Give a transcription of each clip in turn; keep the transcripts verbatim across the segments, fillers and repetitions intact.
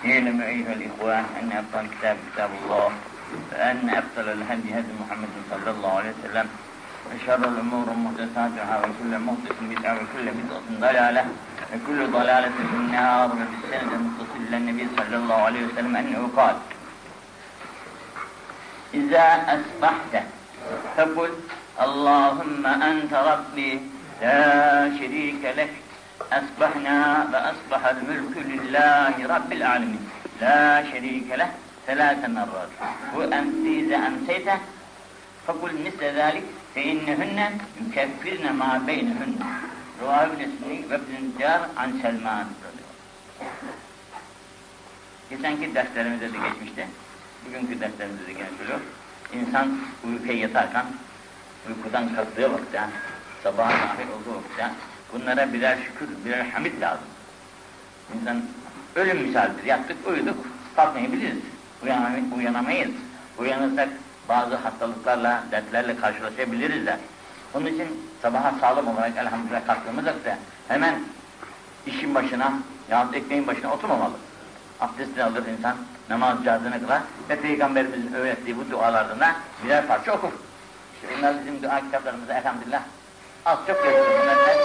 اعلم أيها الإخوان أن أفضل كتاب كتاب الله وأن أفضل الهدي هدي محمد صلى الله عليه وسلم وشر الأمور محدثاتها وكل محدث بدعة وكل بدعة ضلالة وكل ضلالة في النار. وبالسند المتصل إلى النبي صلى الله عليه وسلم أنه قال: إذا أصبحت فقل اللهم أنت ربي لا شريك لك أصبحنا وأصبح الملك لله رب العالمين لا شريك له ثلاث مرات. وإذا أمسيت فقل مثل ذلك فإنهن يكفرن ما بينهن. رواه ابن Sünni ve ibn Car an Selman. Geçenki derslerimizde de geçmişti. Bugünkü derslerimizde de gene söylüyor. İnsan uykuya yatarken, uykudan kalktığı vakitte, sabaha dahil olduğu vakitte bunlara birer şükür, birer hamid lazım. İnsan ölüm misalidir. Yattık, uyuduk, kalkmayabiliriz. Uyanamayız. uyanamayız. Uyanırsak bazı hastalıklarla, dertlerle karşılaşabiliriz de. Onun için sabaha sağlam olarak elhamdülillah kalktığımız vakitte hemen işin başına yahut ekmeğin başına oturmamalı. Abdestini alır insan, namaz cihazına kılar ve Peygamberimizin öğrettiği bu dualardan da birer parça okur. İşte bunlar bizim dua kitaplarımızda elhamdülillah az çok yazılır. Bunlar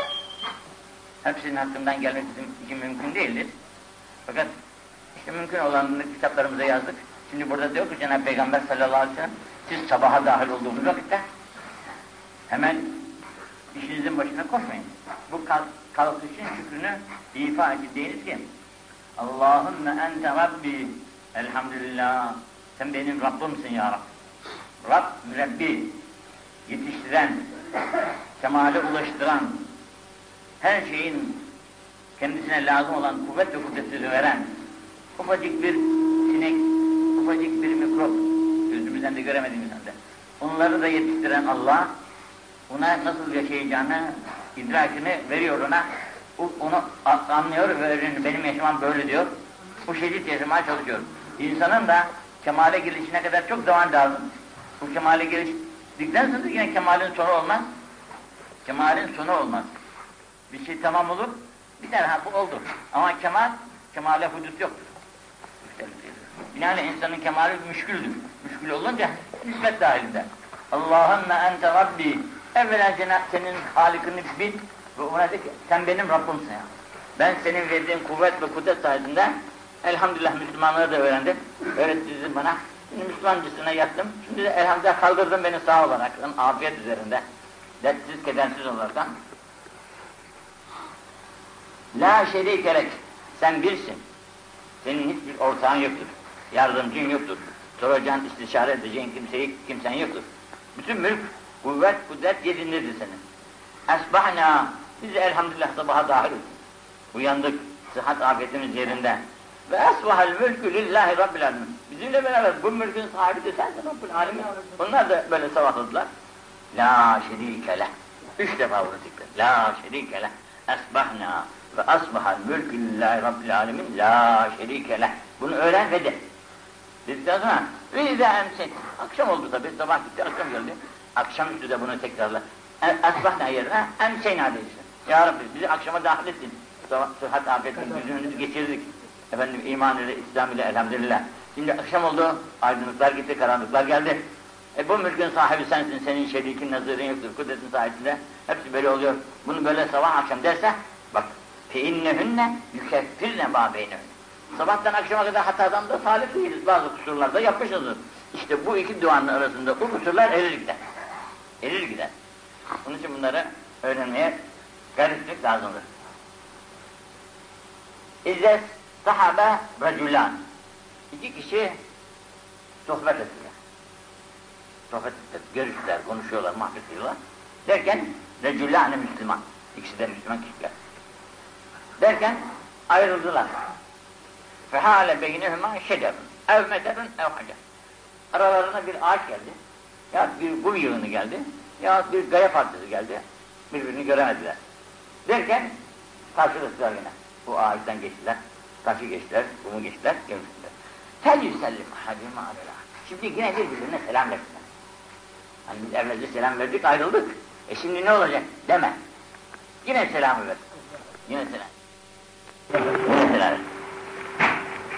hepsinin hakkından gelmek bizim için mümkün değildir. Fakat işte mümkün olanını kitaplarımıza yazdık. Şimdi burada diyor ki Cenab-ı Peygamber sallallahu aleyhi ve sellem, siz sabaha dahil olduğunuz vakitte hemen işinizin başına koşmayın. Bu kalkışın şükrünü ifa edeceğiniz ki Allahümme ente Rabbi, elhamdülillah, sen benim Rabbimsin ya Rabbi. Rab, mürebbi, yetiştiren, kemale ulaştıran, her şeyin kendisine lazım olan kuvvet ve kudretini veren, ufacık bir sinek, ufacık bir mikrop, gözümüzden de göremediğimiz halde, onları da yetiştiren Allah, ona nasıl yaşayacağını, idrakini veriyor ona, onu anlıyor ve benim yaşamam böyle diyor, bu şekilde yaşamaya çalışıyor. İnsanın da kemale gelişine kadar çok zaman lazım. Bu kemale geliştikten sonra yine kemalin sonu olmaz. Kemalin sonu olmaz. Bir şey tamam olur, biter, ha bu oldu. Ama kemal, kemale hudut yoktur. Binaenaleyh insanın kemali müşküldür. Müşkül olunca nispet dahilinde. Allahümme ente Rabbi, evvela Cenab-ı senin halikini bil ve ona de ki sen benim Rabbimsin ya. Ben senin verdiğin kuvvet ve kudret sayesinde elhamdülillah Müslümanları da öğrendim. Öğrettiğiniz bana. Şimdi Müslümancısına yattım. Şimdi de elhamdülillah kaldırdın beni sağ olarak, afiyet üzerinde. Dertsiz, kedersiz olaraktan. La şerike lek, sen birsin. Senin hiçbir ortağın yoktur. Yardımcın yoktur. Soracağın, istişare edeceğin kimseyi, kimsen yoktur. Bütün mülk, kuvvet, kudret yerindedir senin. Esbahna, biz elhamdülillah sabaha dahil uyandık, sıhhat afiyetimiz yerinde. Ve esbahal mülkü lillahi rabbil alemin. Bizimle beraber bu mülkün sahibi de sensin Rabbül alemin. Onlar da böyle sabahladılar. La şerike leh. Üç defa bunu tekrar. La şerike leh. Esbahna ve asbahal mülkü lillahi rabbil alemin. La şerike leh. Bunu öğren ve de. Dedikten sonra ve izâ emsin. Akşam oldu tabi, sabah gitti, akşam geldi. Akşamüstü de bunu tekrarla. Asbahna yerine emseyna değilsin. Ya Rabbi bizi akşama dahil ettin. Sıhhat afiyetini yüzünüzü geçirdik. Efendim iman ile, İslam ile elhamdülillah. Şimdi akşam oldu, aydınlıklar gitti, karanlıklar geldi. E bu mülkün sahibi sensin, senin şerikin, nazırın yoktur, kudretin sahibinde. Hepsi böyle oluyor. Bunu böyle sabah akşam derse, bak, فَاِنَّهُنَّ يُكَفِّرْنَ مَا بَيْنَهُنَّ. Sabahtan akşama kadar hatadan da salih değiliz, bazı kusurlarda yapmışızdır. İşte bu iki duanın arasında bu kusurlar erir gider. Erir gider. Onun için bunları öğrenmeye gayret etmek lazımdır. İzzet sahabe racülan. İki kişi sohbet ettiler. Sohbet ettiler, görüştüler, konuşuyorlar, muhabbet ediyorlar. Derken racülan-ı Müslüman. İkisi de Müslüman kişiler. Derken ayrıldılar. فَحَالَ بَيْنِهُمَا شَجَرٌ اَوْ مَدَرٌ اَوْ حَجَرٌ. Aralarına bir ağaç geldi, ya bir kum yığını geldi, ya bir gaya parçası geldi, birbirini göremediler. Derken karşılaştılar yine. Bu ağaçtan geçtiler, taşı geçtiler, kumu geçtiler, görüştüler. فَلْ يُسَلِّمْ حَدِمَا عَلَيْهَا. Şimdi yine birbirine selam verdiler. Hani biz evvelce selam verdik, ayrıldık. E şimdi ne olacak? Deme. Yine selamı ver. Yine selam. Yine selam ver.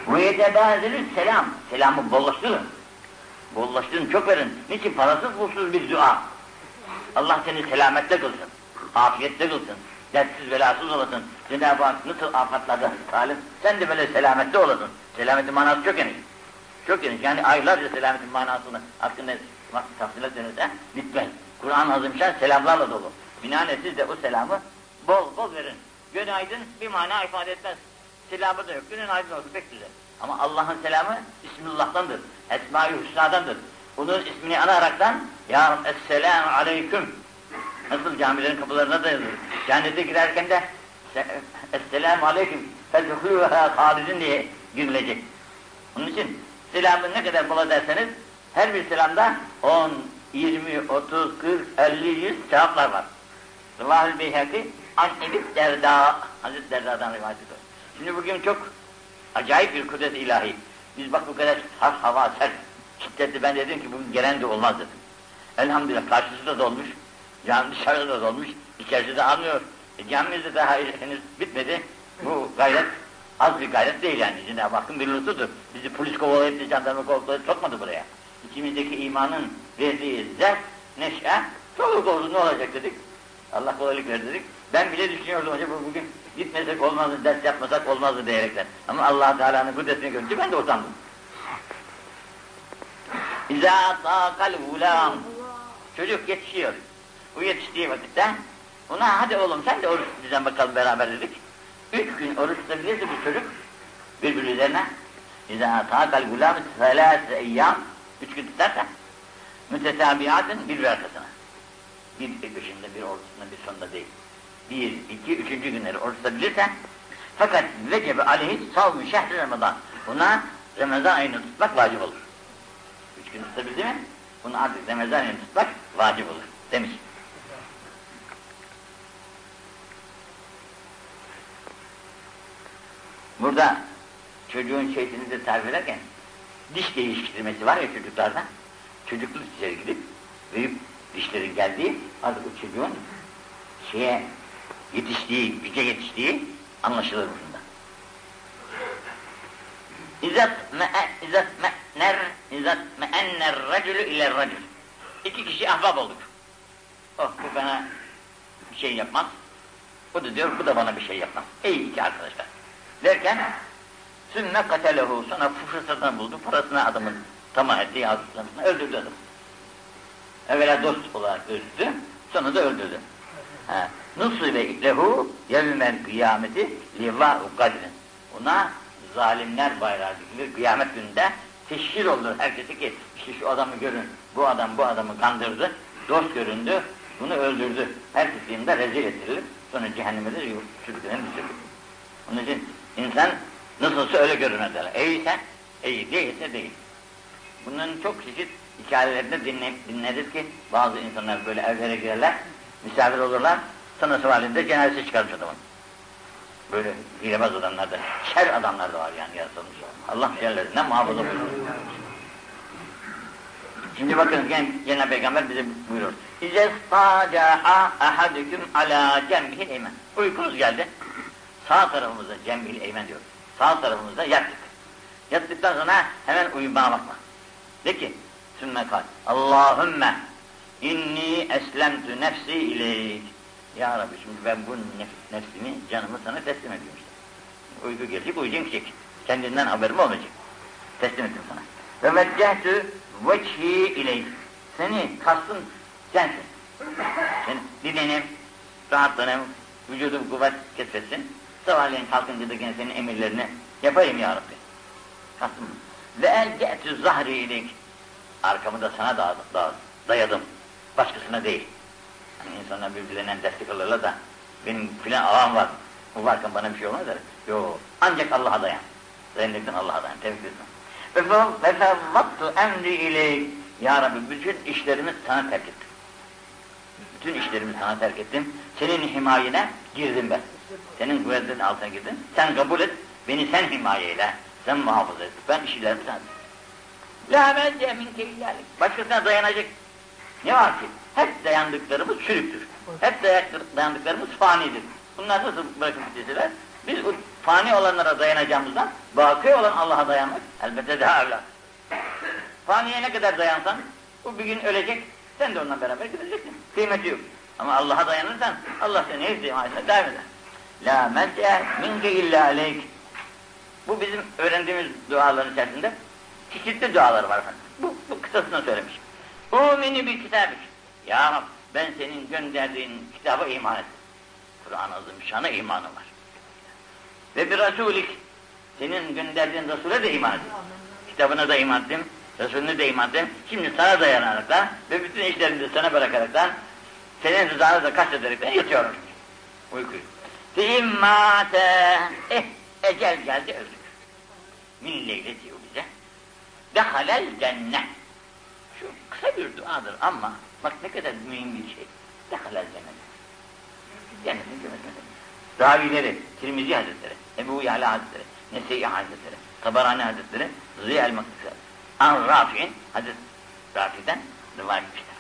Ve yetebâzelü selam. Selamı bollaştırın. Bollaştırın, çok verin. Niçin? Parasız pulsuz bir dua. Allah seni selamette kılsın. Afiyette kılsın. Dertsiz belasız olasın. Cenab-ı Hak nasıl afatlarda salim, sen de böyle selamette olasın. Selametin manası çok geniş. Çok geniş. Yani aylarca selametin manasını hakkında tafsil ederse bitmez. Kur'an-ı Azimşan selamlarla dolu. Binaenaleyh siz de o selamı bol bol verin. Günaydın bir mana ifade etmez. Selamı da yok. Günaydın olsun pek güzel. Ama Allah'ın selamı İsmullah'tandır. Esma-i Hüsna'dandır. Onun ismini anaraktan Ya Rabbi Esselamu Aleyküm. Nasıl camilerin kapılarına da yazılır. Cennete girerken de Esselamu Aleyküm Fezhuhûhâ hâlidin diye girilecek. Onun için selamı ne kadar bol ederseniz her bir selamda on, yirmi, otuz, kırk, elli, yüz cevaplar var. Rivâhül Beyhâki An Ebit Derda Hazreti Derda'dan rivayet ediyor. Şimdi bugün çok acayip bir kudret ilahi. Biz bak bu kadar has, hava, sert, şiddetli, ben dedim ki bugün gelen de olmaz dedim. Elhamdülillah karşısı da dolmuş, cami dışarıda da dolmuş, içerisi de almıyor. E, camimizde daha henüz bitmedi. Bu gayret az bir gayret değil yani. Cenab-ı Hakk'ın bir lütfudur. Bizi polis kovalayıp da jandarma kovalayıp sokmadı buraya. İçimizdeki imanın verdiği zevk, neşe, çoluk olsun ne olacak dedik. Allah kolaylık verdi dedik. Ben bile düşünüyordum acaba bugün gitmesek olmazdı, ders yapmasak olmazdı diyerekten. Ama Allah Teala'nın kudretini görünce ben de utandım. İzâ tâkal gulâm. Çocuk yetişiyor. Bu yetiştiği vakitte ona hadi oğlum sen de oruç tutacaksın bakalım beraber dedik. Üç gün oruç tutabilirse bir çocuk birbiri üzerine İzâ tâkal gulâm selâse eyyâm. Üç gün tutarsa mütetâbiatın bir arkasına. Bir peşinde, bir ortasında, bir sonunda değil. Bir, iki, üçüncü günleri oruç tutabilirse fakat vecebe aleyhi savmü şehri Ramazan. Buna Ramazan ayını tutmak vacip olur. Üç gün tutabildi mi? Bunu artık Ramazan ayını tutmak vacip olur demiş. Burada çocuğun şeysini de tarif ederken diş değiştirmesi var ya çocuklarda. Çocukluk dişleri gidip büyük dişlerin geldiği artık o çocuğun şeye yetiştiği, güce yetiştiği anlaşılır bunda. İzat me'e, izat me'ner, izat me'enner racülü iler racül. İki kişi ahbap olduk. Oh bu bana bir şey yapmaz. Bu da diyor, bu da bana bir şey yapmaz. Ey iki arkadaşlar. Derken sümme katelehu, sonra fırsatını buldu, parasına adamın tamah ettiği ağzısına öldürdü adamı. Evvela dost olarak öldürdü, sonra da öldürdü. Nusibe lehu yevmel kıyameti livâ'u kadrin. Ona zalimler bayrağı dikilir. Kıyamet gününde teşhir olur herkese ki işte şu adamı görün, bu adam bu adamı kandırdı, dost göründü, bunu öldürdü. Herkesin de rezil ettirilir. Sonra cehenneme de sürüklenir düşürülür. Onun için insan nasılsa öyle görünür derler. İyiyse iyi, değilse değil. Bunların çok çeşit hikayelerini dinle, dinleriz ki bazı insanlar böyle evlere girerler, misafir olurlar, sonrası halinde cenazesi çıkarmış adamın. Böyle hilebaz adamlar da, şer adamlar da var yani yaratılmış. Allah şerlerinden muhafaza buyurur. Şimdi bakın Cenab-ı Peygamber bize buyurur. İzestacaha ahadüküm ala cembihil eymen. Uykunuz geldi. Sağ tarafımızda cembihil eymen diyor. Sağ tarafımızda yattık. Yattıktan sonra hemen uyumaya bakma. De ki, sümme kal. Allahümme inni eslemtü nefsi ileyk. Ya Rabbi şimdi ben bu nef nefsimi, canımı sana teslim ediyorum işte. Uyku gelecek, uyuyacak. Kendinden haberim olmayacak. Teslim ettim sana. Ve veccehtu veçhi ileyk. Seni kastın sensin. Sen dilenim, rahatlanım, vücudum kuvvet kesfetsin. Sabahleyin kalkınca da gene senin emirlerini yapayım ya Rabbi. Kastım. Ve elce'tü zahri ileyk. Arkamı da sana da, da, dayadım. Başkasına değil. Yani insanlar birbirlerinden destek alırlar da benim filan ağam var. Bu varken bana bir şey olmaz der. Yok. Ancak Allah'a dayan. Dayandıktan Allah'a dayan. Tevfik etsin. Ve fevvattu emri ileyk. Ya Rabbi bütün işlerimi sana terk ettim. Bütün işlerimi sana terk ettim. Senin himayene girdim ben. Senin kuvvetlerin altına girdim. Sen kabul et. Beni sen himaye eyle. Sen muhafaza et. Ben işlerimi sana. La mence minke illâlik. Başkasına dayanacak ne var ki? Hep dayandıklarımız çürüktür. Hep dayandıklarımız fanidir. Bunlar nasıl bırakıp gitseler? Biz fani olanlara dayanacağımızdan baki olan Allah'a dayanmak elbette daha evlat. Faniye ne kadar dayansan, o bir gün ölecek, sen de onunla beraber gideceksin. Kıymeti yok. Ama Allah'a dayanırsan, Allah seni her daim devam eder. La melce minke illa aleyk. Bu bizim öğrendiğimiz duaların içerisinde çeşitli dualar var efendim. Bu, bu kısasını söylemiş. Umini bir kitabı. Ya Rab, ben senin gönderdiğin kitaba iman ettim. Kur'an-ı Azimüşşan'a imanım var. Ve bir Resulik, senin gönderdiğin Resul'e de iman ettim. Kitabına da iman ettim, Resulüne de iman ettim. Şimdi sana dayanaraktan ve bütün işlerimi de sana bırakaraktan, senin rızanı da kastederekten yatıyorum. Uykuyu. Fimmâte, eh, ecel geldi öldük. Min leyleti diyor bize. Dehalel cennet. Şu kısa bir duadır ama bak ne kadar mühim bir şey. Dehalel cennet. Cennetin cennetine. Ravileri, Tirmizi Hazretleri, Ebu Yala Hazretleri, Nese'i Hazretleri, Tabarani Hazretleri, Ziya el-Maksisi, An Rafi'in, Hazreti Rafi'den rivayet etmişler.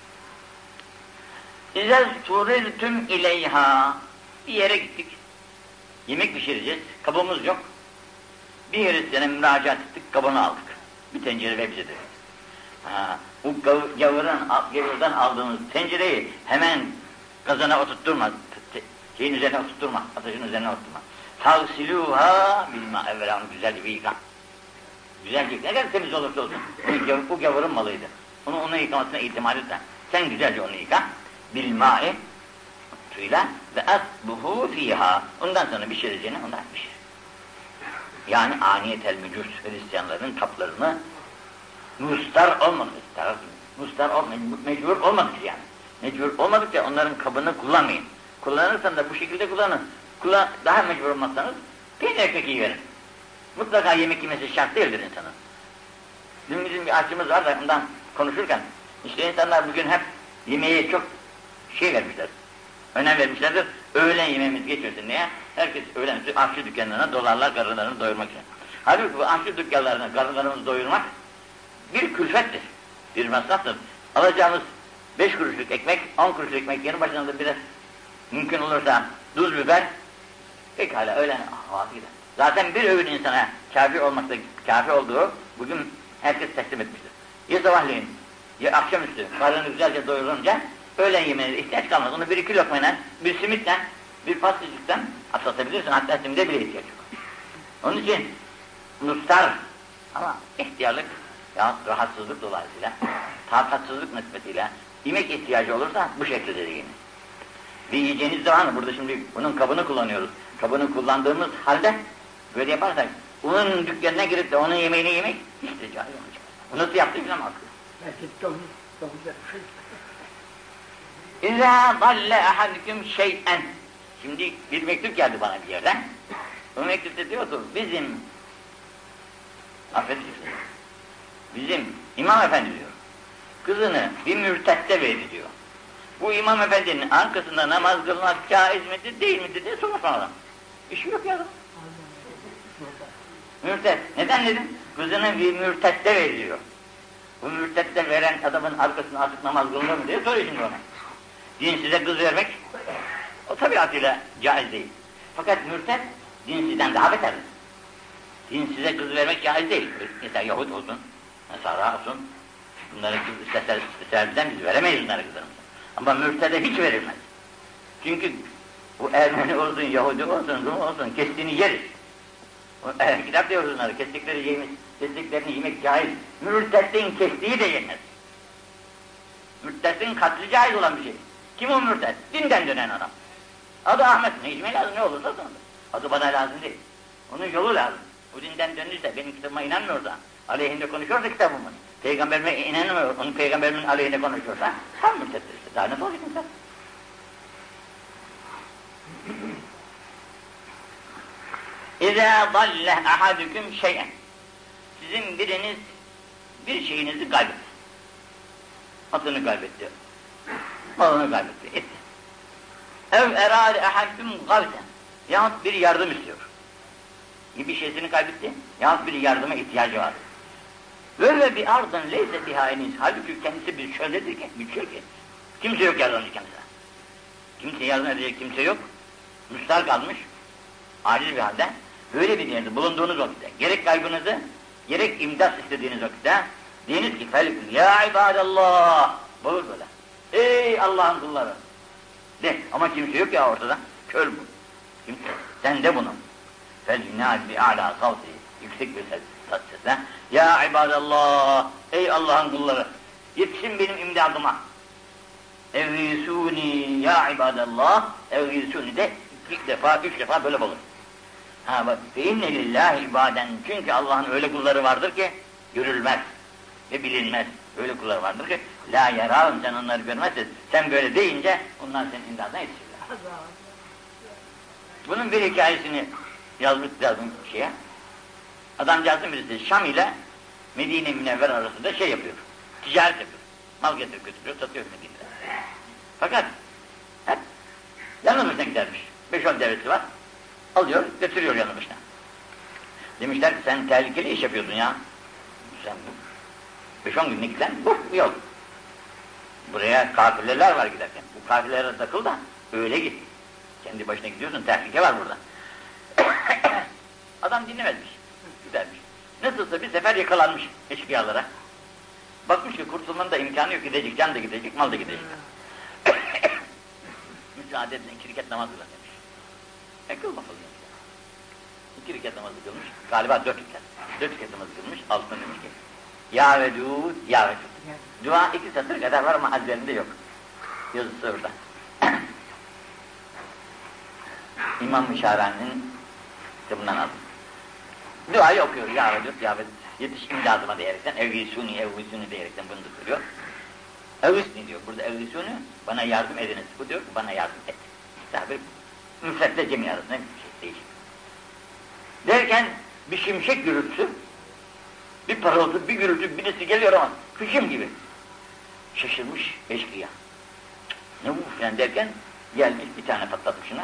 İzel turiltüm ileyha. Bir yere gittik. Yemek pişireceğiz. Kabımız yok. Bir Hristiyan'a müracaat ettik. Kabını aldık. Bir tencere ve bize de. Ha, bu gavurun, gavurdan aldığımız tencereyi hemen kazana oturtturma. Şeyin üzerine oturtturma. Ateşin üzerine oturtturma. Tavsiluha bilma evvela onu güzelce bir yıka. Güzelce yıka. Ne kadar temiz olursa olsun. Bu gavurun malıydı. Onu ona yıkamasına itimat etsen. Sen güzelce onu yıka. Bilma'e suyla ve asbuhu fiha. Ondan sonra pişireceğini ondan pişir. Yani aniyetel mücus Hristiyanların kaplarını mustar olmadık. Mustar olmadık. Mecbur olmadık yani. Mecbur olmadıkça onların kabını kullanmayın. Kullanırsan da bu şekilde kullanın. Kullan, daha mecbur olmazsanız peynir ekmek yiyiverin. Mutlaka yemek yemesi şart değildir insanın. Dün bizim bir aşçımız var da ondan konuşurken işte insanlar bugün hep yemeğe çok şey vermişler. Önem vermişlerdir. Öğlen yemeğimiz geçmesin diye. Herkes öğlen üstü aşçı dükkanlarına dolarlar karınlarını doyurmak için. Halbuki bu aşçı dükkanlarına karınlarımızı doyurmak bir külfettir. Bir masraftır. Alacağımız beş kuruşluk ekmek, on kuruşluk ekmek yerine başına da biraz mümkün olursa tuz biber pekala öğlen havası gider. Zaten bir öğün insana kâfi olmakta kâfi olduğu bugün herkes teslim etmiştir. Ya sabahleyin ya akşamüstü karnını güzelce doyurunca öğlen yemeğine ihtiyaç kalmaz. Onu bir iki lokmayla, bir simitle, bir pastacıktan atlatabilirsin. Hatta simide bile ihtiyaç yok. Onun için mustar ama ihtiyarlık ya rahatsızlık dolayısıyla, takatsızlık nispetiyle yemek ihtiyacı olursa bu şekilde de yenir. Bir yiyeceğiniz zaman burada şimdi bunun kabını kullanıyoruz. Kabını kullandığımız halde böyle yaparsak onun dükkanına girip de onun yemeğini yemek hiç de cahil olmayacak. O nasıl yaptığı bilemez. İzâ dalle ahadüküm şey'en. Şimdi bir mektup geldi bana bir yerden. O mektupta diyordu bizim affedin bizim İmam Efendi diyor. Kızını bir mürtette verdi diyor. Bu İmam Efendi'nin arkasında namaz kılmak caiz midir değil midir diye sormuş adam. İşi yok ya adam. Mürtet. Neden dedim? Kızını bir mürtette veriyor. Bu mürtette veren adamın arkasında artık namaz kılınır mı diye soruyor şimdi ona. Din size kız vermek o tabiatıyla caiz değil. Fakat mürtet din sizden daha beterdir. Din size kız vermek caiz değil. Mesela Yahud olsun, Nasara olsun. Bunları isterler, isterlerden biz veremeyiz bunları kızlarımıza. Ama mürtede hiç verilmez. Çünkü bu Ermeni olsun, Yahudi olsun, Rum olsun kestiğini yeriz. E, kitap diyoruz onları, kestikleri yemek, kestiklerini yemek caiz. Mürteddin kestiği de yenmez. Mürteddin katli caiz olan bir şey. Kim o mürted? Dinden dönen adam. Adı Ahmet, ne içmeye lazım, ne olursa sonunda. Adı bana lazım değil. Onun yolu lazım. Bu dinden dönürse, benim kitabıma inanmıyorsa, aleyhinde konuşuyorsa kitabımın, peygamberime inanmıyor, onun peygamberimin aleyhinde konuşuyorsa, tam mürteddir işte. Daha ne olacak insan? İzâ dalle ahadüküm şey'en. Sizin biriniz bir şeyinizi kaybetti. Atını kaybetti. Malını kaybetti. Etti. Ev erâli ahadüküm gavsen. Yahut bir yardım istiyor. Bir şeysini kaybetti. Yahut bir yardıma ihtiyacı var. Böyle bir ardın leyse bihâiniz. Halbuki kendisi bir çöldedir ki, bir çöl ki. Kimse yok yardımcı kendisine. Kimse yardım edecek kimse yok. Müstahak kalmış. aciz bir halde, böyle bir yerde bulunduğunuz vakitte, gerek kaybınızı, gerek imdat istediğiniz vakitte, deyiniz ki, felkül ya ibadallah, bağır böyle. Ey Allah'ın kulları! De, ama kimse yok ya ortada, kör bu. Kimse, sen de bunu. فَالْجِنَاجِ بِعَلَى صَوْتِ yüksek bir ses, sesle, ya ibadallah, ey Allah'ın kulları, yetişin benim imdadıma. اَوْرِسُونِ ya ibadallah, اَوْرِسُونِ de iki defa, üç defa böyle olur. Ha bak, فَاِنَّ لِلّٰهِ ibaden, çünkü Allah'ın öyle kulları vardır ki, görülmez ve bilinmez. Öyle kulları vardır ki, la yarağım, sen onları görmezsin. Sen böyle deyince, onlar senin imdadına yetişirler. Bunun bir hikayesini yazmış lazım şeye. Adamcağızın birisi Şam ile Medine Münevver arasında şey yapıyor, ticaret yapıyor. Mal getirip götürüyor, satıyor Medine'de. Fakat hep yanı başına gidermiş. Beş on devleti var. Alıyor, götürüyor yanı başına. Demişler ki sen tehlikeli iş yapıyordun ya. Sen bu beş on günlük giden bu yol. Buraya kafirler var giderken. Bu kafirlere takıl da öyle git. Kendi başına gidiyorsun, tehlike var burada. Adam dinlemezmiş, gidermiş. Nasılsa bir sefer yakalanmış eşkıyalara. Bakmış ki kurtulmanın da imkanı yok, gidecek, can da gidecek, mal da gidecek. Müsaade edin, iki rekat namaz kılar demiş. E kıl bakalım demiş. İki rekat namazı kılmış, galiba dört rekat. Dört rekat namazı kılmış, altına demiş ki, ya vedud, ya vedud. Dua iki satır kadar var ama ezberinde yok. Yazısı orada. İmam Müşarani'nin kitabından aldım. Duayı okuyor, ya vedud, ya vedud. Yetiş imdadıma diyerekten, evvisuni, evvisuni diyerekten bunu da söylüyor. Evvisni diyor, burada evvisuni, bana yardım ediniz. Bu diyor ki, bana yardım et. Daha bir müfretle cemi arasında bir şey değişik. Derken, bir şimşek gürültüsü, bir parıltı, bir gürültü, birisi geliyor ama hışım gibi. Şaşırmış eşkıya. Ne bu falan derken, gelmiş bir tane patlatmışına.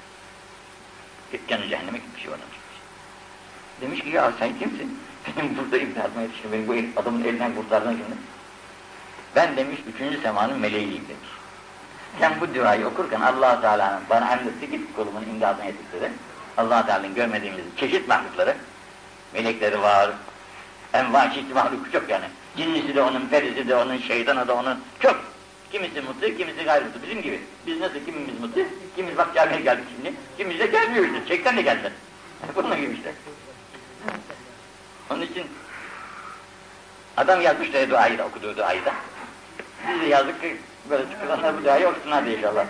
Canı cehenneme gitmiş o adam. Demiş ki, ya sen kimsin? Benim burada imdadıma yetiştim, beni bu adamın elinden kurtardın şimdi. Ben demiş, üçüncü semanın meleğiyim demiş. Sen bu duayı okurken Allah-u Teala'nın bana emretti, git kolumun imdadına yetiştirin. Allah-u Teala'nın görmediğimiz çeşit mahlukları, melekleri var, enva çeşitli mahluku çok yani. Cinnisi de onun, perisi de onun, şeytanı da onun, çok. Kimisi mutlu, kimisi gayri mutlu, bizim gibi. Biz nasıl, kimimiz mutlu, kimimiz bak camiye geldik şimdi, kimimiz de gelmiyor işte, çekten de geldiler. Bununla gibi işte. Onun için adam yazmış da duayı da, okuduğu duayı da. Biz de yazdık ki böyle çıkılanlar bu duayı okusunlar diye inşallah.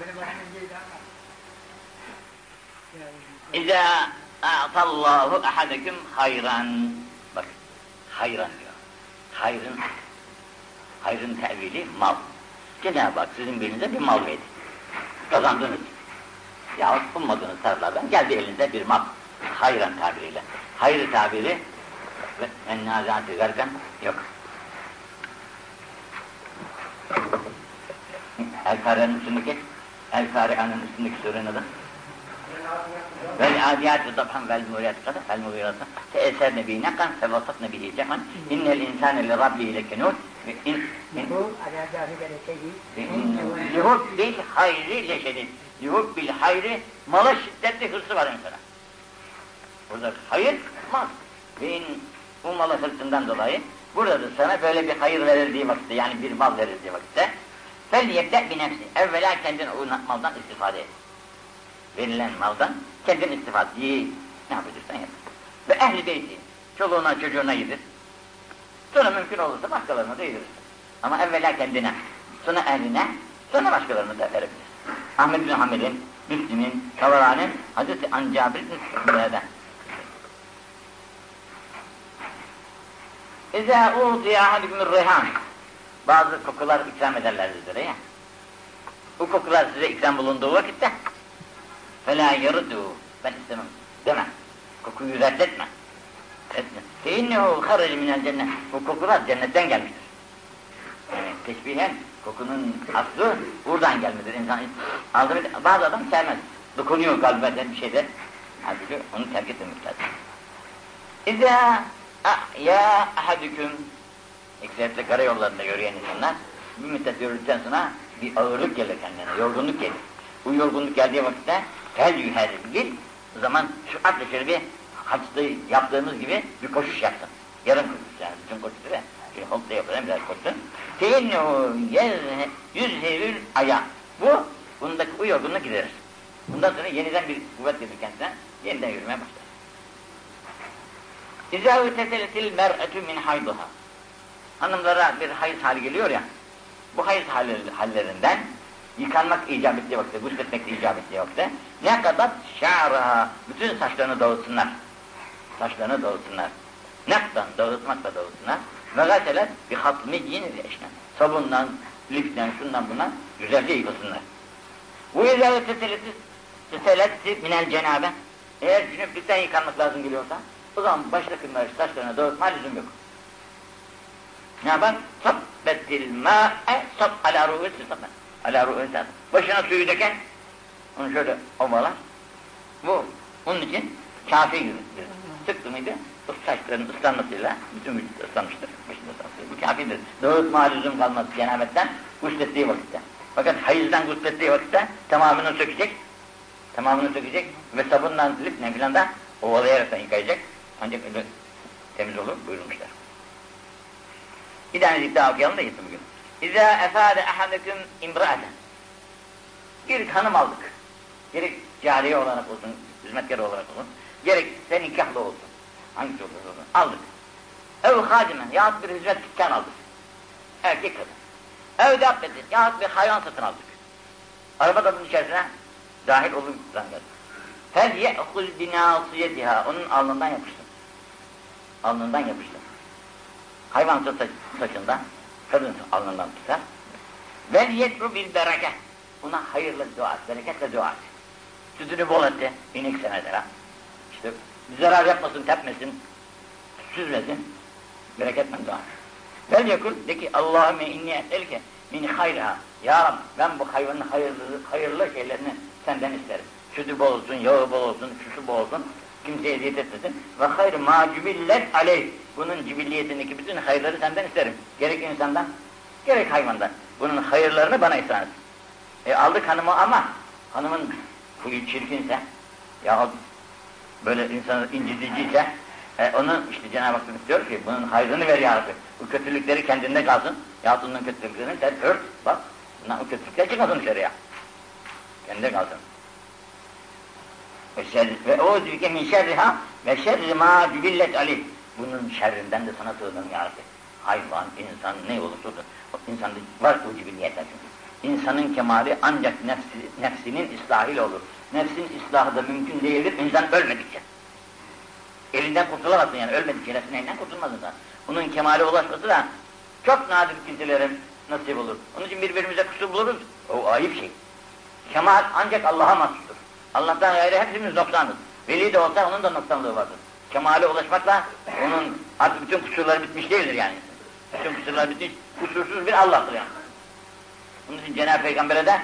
İzâ a'tallâhu ahadeküm hayran. Bak, hayran diyor. Hayrın, hayrın tevili mal. Cenab-ı Hak sizin birinize bir mal verdi. Kazandınız. Yahut ummadığınız taraflardan geldi elinize bir mal. Hayran tabiriyle. Hayır tabiri ve ennâzâti garkan yok. El-Kare'nin üstündeki, El-Kare'nin üstündeki surenin adı. Vel-âdiyâti dabhan vel-mûriyâti kadar, vel-mûriyâti te'eserne bî nekan, fevasatne bî cehan, innel insâne li rabbihi lekenûd, ve in... Lihubbil hayri leşedid. Lihubbil hayri, mala şiddetli hırsı var insana. Burada hayır, mal. Ve in, bu malı hırsından dolayı, burada da sana böyle bir hayır verildiği vakitte, yani bir mal verildiği vakitte, فَلْيَبْدَأْ بِنَفْسِ evvela kendin o maldan istifade et. Verilen maldan kendin istifade et. Ne yapacaksan yap. Ve ehli beyti, çoluğuna çocuğuna yedir. Sonra mümkün olursa başkalarına da yedirirsin. Ama evvela kendine, sonra ehline, sonra başkalarına da verebilirsin. Ahmed bin Hamid'in, Müslim'in, Tavarani'nin, Hazreti Ancabir bin Süreya'da. İzâ uğtiya ahadükümür reyhan. Bazı kokular ikram ederler sizlere ya. Bu kokular size ikram bulunduğu vakitte فَلَا يَرُدُّ ben istemem deme. Kokuyu reddetme. Etme. فَاِنَّهُ خَرَجِ مِنَ الْجَنَّةِ bu kokular cennetten gelmiştir. Yani teşbihen kokunun aslı buradan gelmedir. İnsan aldı bir, bazı adam sevmez. Dokunuyor kalbeden bir şeyler. Halbuki onu terk etmemek lazım. İzâ ya ahadüküm ekserlikle karayollarında yürüyen insanlar bir müddet yürüdükten sonra bir ağırlık gelir kendine, yorgunluk gelir. Bu yorgunluk geldiği vakitte fel yühergil O zaman süratle şöyle bir haçta yaptığımız gibi bir koşuş yapsın. Yarım koşuş yani, bütün koşuş değil mi? Şöyle hop da yapalım, biraz koşsun. Teyinnehu yüzhevül aya. Bu, bundaki o yorgunluk giderir. Bundan sonra yeniden bir kuvvet gelir kendisine, yeniden yürümeye başlar. İzâ üteseletil mer'etü min hayduha. Hanımlara bir hayız hali geliyor ya, bu hayız hallerinden yıkanmak icap ettiği vakitte, gusletmek icap ettiği vakitte ne kadar şa'raha, bütün saçlarını dağıtsınlar. Saçlarını dağıtsınlar. Naktan dağıtmakla dağıtsınlar. Ve gâselet bir hatmi yine eşne. Sabundan, liften, şundan bundan güzelce yıkasınlar. Bu izâ teseleti minel cenabe. Eğer cünüplükten yıkanmak lazım geliyorsa, o zaman baştakınlar saçlarına dağıtma lüzum yok. Ne yapar? Sabbettil mâ'e sab alâ ru'ûsi sabben. Alâ ru'ûsi. Başına suyu döken, onu şöyle ovalar. Bu, onun için kâfi gibi. Sıktı mıydı? O saçların ıslanmasıyla bütün vücut ıslanmıştır. Başında ıslanmıştır. Bu kâfidir. Dağıtma lüzum kalmaz cenabetten, guslettiği vakitte. Fakat hayızdan guslettiği vakitte tamamını sökecek. Tamamını sökecek ve sabunla, lifle filan da ovalayaraktan yıkayacak. Ancak öyle temiz olur buyurmuşlar. Bir tanecik daha okuyalım da gitsin bugün. İzâ efâde ahadeküm imra'aten. Bir hanım aldık. Gerek cariye olarak olsun, hizmetkar olarak olsun, gerek sen nikahlı olsun. Hangisi olursa olsun. Aldık. Ev hâcimen, yahut bir hizmet dükkan aldık. Erkek kadın. Ev dabbetin, yahut bir hayvan satın aldık. Araba da bunun içerisine dahil olur zanneder. Fel ye'huz binâsiyetiha, onun alnından yapıştır. Alnından yapıştır. Hayvan saçından, kadın alnından tutar. Vel yetru bil bereke, buna hayırlı dua et, bereketle dua et. Sütünü bol etti, inek senelere. İşte zarar yapmasın, tepmesin, süzmesin, bereketle dua et. Vel yekul, de ki Allahümme inni es'elke min hayriha. Ya Rabbi, ben bu hayvanın hayırlı, hayırlı şeylerini senden isterim. Sütü bol olsun, yağı bol olsun, şusu bol olsun, kimseye eziyet etmesin. Ve hayr ma cibillet aleyh. Bunun cibilliyetindeki bütün hayırları senden isterim. Gerek insandan, gerek hayvandan. Bunun hayırlarını bana ihsan et. E aldık hanımı ama hanımın huyu çirkinse yahut böyle insanı inciticiyse e, onu işte Cenab-ı Hak istiyor ki bunun hayrını ver ya Rabbi. Bu kötülükleri kendinde kalsın. Yahut onun kötülüklerini sen ört. Bak, o kötülükler çıkmasın dışarıya. Kendinde kalsın. Ve o zülke min şerriha ve şerri ma cibillet aleyh. Bunun şerrinden de sana sığınırım ya Rabbi. Hayvan, insan, ne olursa olsun. İnsanda var o cibilliyetler çünkü. İnsanın kemali ancak nefsi, nefsinin ıslahıyla olur. Nefsin ıslahı da mümkün değildir insan ölmedikçe. Elinden kurtulamazsın yani, ölmedikçe nefsin elinden kurtulmaz insan. Bunun kemale ulaşması da çok nadir kimselere nasip olur. Onun için birbirimize kusur buluruz. O ayıp şey. Kemal ancak Allah'a mahsustur. Allah'tan gayrı hepimiz noksanız. Veli de olsa onun da noksanlığı vardır. Kemale ulaşmakla onun artık bütün kusurları bitmiş değildir yani. Bütün kusurlar bitmiş, kusursuz bir Allah'tır yani. Onun için Cenab-ı Peygamber'e de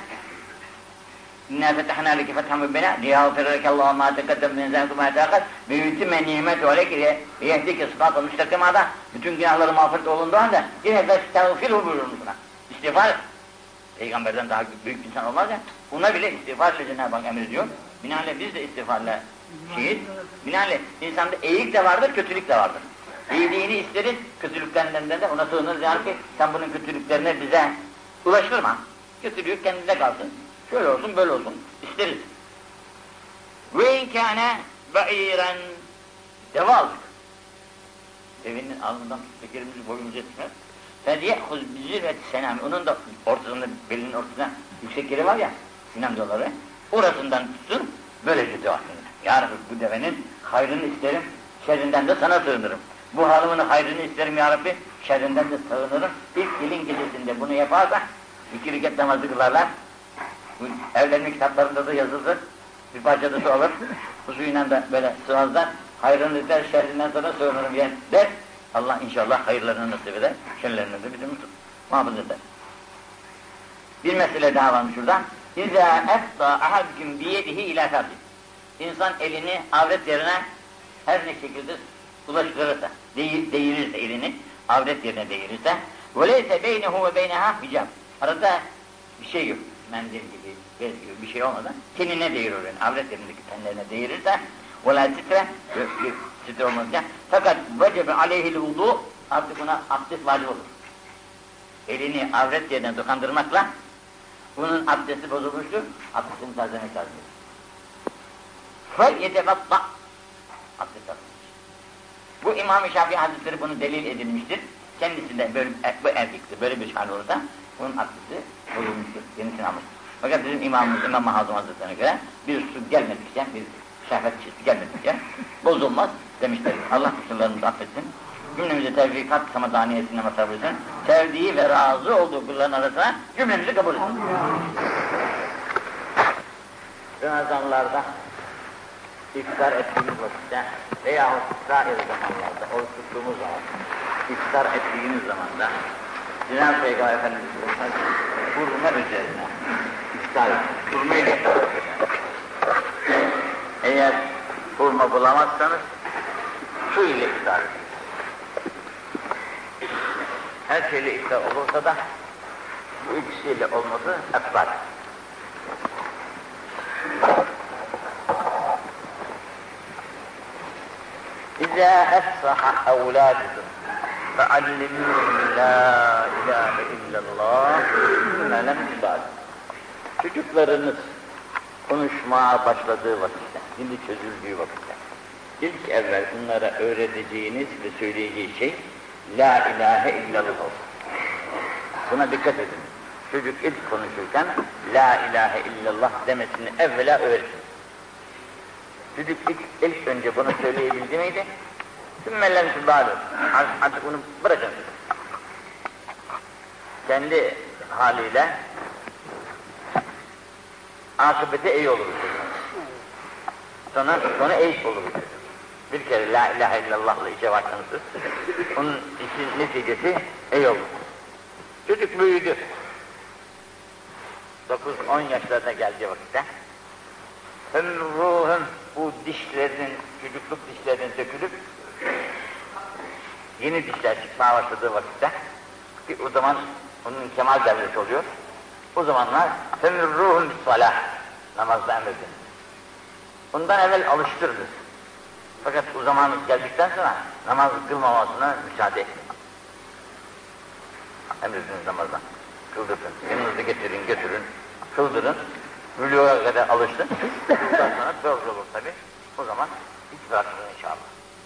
İnna fetahna leke fethan mübbina liyağfir leke Allahu ma taqaddem min zenbi ma taqad ve yutime nimetu aleyke ve yehdike sıfatı müstakimada bütün günahları mağfiret olunduğu anda yine de estağfirhu buyurmuş buna. İstiğfar Peygamberden daha büyük insan olmaz ya. Buna bile istiğfar ile Cenab-ı Hak emrediyor. Binaenaleyh biz de istiğfarla şeyiz. Binaenaleyh insanda eğik de vardır, kötülük de vardır. İyiliğini isteriz, kötülüklerinden de ona sığınırız. Yani ki sen bunun kötülüklerini bize ulaştırma. Kötülük kendine kalsın. Şöyle olsun, böyle olsun. İsteriz. Ve inkâne ba'iren deva aldık. Evinin alnından tekerimizi boyumuza etmez. فَلْيَأْخُذْ بِزِرْvَةِ senâmi. Onun da ortasında, belinin ortasında yüksek yeri var ya, sinem doları. Orasından tutsun, böylece dua edin. Ya Rabbi bu devenin hayrını isterim, şerrinden de sana sığınırım. Bu hanımın hayrını isterim ya Rabbi, şerrinden de sığınırım. İlk gelin gecesinde bunu yaparsa, iki rekat namazı kılarlar. Bu evlenme kitaplarında da yazılır. Bir parçada su alır, bu suyla da böyle sığazlar. Hayrını ister, şerrinden sana sığınırım diye der. Allah inşallah hayırlarını nasip eder, şerlerini de bizim muhafaza eder. Bir mesele daha varmış şurada. İzâ efta ahadüküm biyedihi ilâ ferdi. İnsan elini avret yerine her ne şekilde ulaştırırsa, değir, değirirse elini, avret yerine değirirse وَلَيْسَ بَيْنَهُ وَبَيْنَهَا hicab. Arada bir şey yok. mendil gibi, bez gibi bir şey olmadan tenine değirir yani. Avret yerindeki tenlerine değirirse olay titre, bir titre olmazsa. Fakat vecebe aleyhil vudu artık buna abdest vacip olur. Elini avret yerine dokandırmakla bunun abdesti bozulmuştur, abdestini tazelemek lazım. Fel yetevatta abdest alınmış. Bu İmam-ı Şafii Hazretleri bunu delil edilmiştir. Kendisinden böyle bu erkekti, böyle bir hal olursa bunun abdesti bozulmuştur, yenisini almıştır. Fakat bizim imamımız İmam-ı Hazım Hazretleri'ne göre bir su gelmedikçe, bir şehvet çizgi gelmedikçe bozulmaz demişler. Allah kusurlarımızı affetsin. Cümlemizi tevfikat samadaniyetine mazhar etsin. Sevdiği ve razı olduğu kulların arasına cümlemizi kabul etsin. Ramazanlarda iftar ettiğimiz vakitte veya sair zamanlarda, oruç tuttuğumuz zaman, iftar ettiğimiz zamanda Cenab-ı Peygamber Efendimiz hurma üzerine iftar, hurma ile iftar ediyor. Eğer hurma bulamazsanız su ile iftar edin. Her şeyle iftar olursa da bu ikisiyle olması eftal. İzâ efsaha evlâdukum feallimûhum lâ ilâhe illallah sümme lem tibâd. Çocuklarınız konuşmaya başladığı vakitte, dili çözüldüğü vakitte, ilk evvel onlara öğreteceğiniz ve söyleyeceği şey La ilahe illallah olsun. Buna dikkat edin. Çocuk ilk konuşurken La ilahe illallah demesini evvela öğretin. Çocuk ilk, ilk önce bunu söyleyebildi miydi? Sümmellen tübâlu. Artık bunu bırakın. Kendi haliyle akıbeti iyi olur çocuk. Sonra, sonra iyi olur çocuk. Bir kere La ilahe illallah'la işe başlamışsınız. Onun işin neticesi iyi olur. Çocuk büyüdü. dokuz on yaşlarına geldiği vakitte hem ruhun bu dişlerinin, çocukluk dişlerinin dökülüp yeni dişler çıkmaya başladığı vakitte ki o zaman onun kemal devresi oluyor. O zamanlar hem ruhun salah namazda emredin. Ondan evvel alıştırılır. Fakat o zamanınız geldikten sonra namaz kılmamasına müsaade etmeyin. Emrediniz namazdan. Kıldırın. Yanınızı getirin, götürün. Kıldırın. Bülüğe kadar alıştın. Ondan sonra doğru olur tabi. O zaman hiç bırakın inşallah.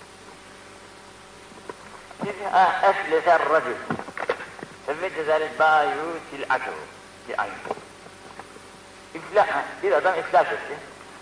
İzâ efleser racül fevvecezel bâyû til'atû ki aynı. İflah, bir adam iflas etti.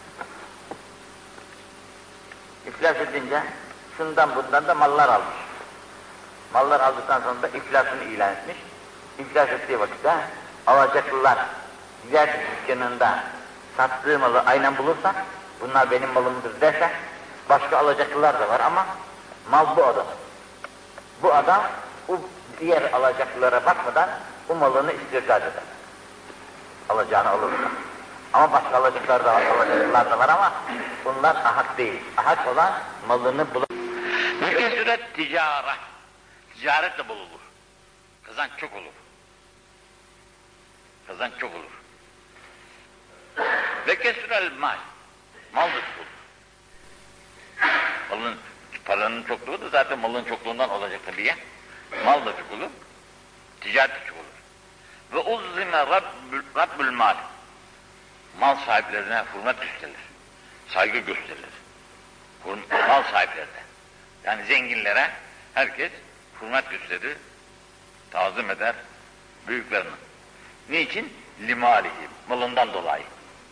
İflas edince şundan bundan da mallar almış. Mallar aldıktan sonra da iflasını ilan etmiş. İflas ettiği vakitte alacaklılar diğer dükkanında sattığı malı aynen bulursa, bunlar benim malımdır derse, başka alacaklılar da var ama mal bu adam. Bu adam o diğer alacaklılara bakmadan o malını istirdat eder. Alacağını alırsa. Ama başka alacaklar da var, alacaklılar da var ama bunlar ahak değil. Ahak olan malını bulur. Mükesüret ticara. Ticaret de bol olur. Kazanç çok olur. Kazanç çok olur. Ve kesürel mal. Mal da çok olur. Malın, paranın çokluğu da zaten malın çokluğundan olacak tabii ya. Mal da çok olur. Ticaret de çok olur. Ve uzzime rabbül, rabbül mal. Mal sahiplerine hürmet gösterilir. Saygı gösterilir. Mal sahiplerine. Yani zenginlere herkes hürmet gösterir, tazim eder büyüklerine. Niçin? Limalihi, malından dolayı.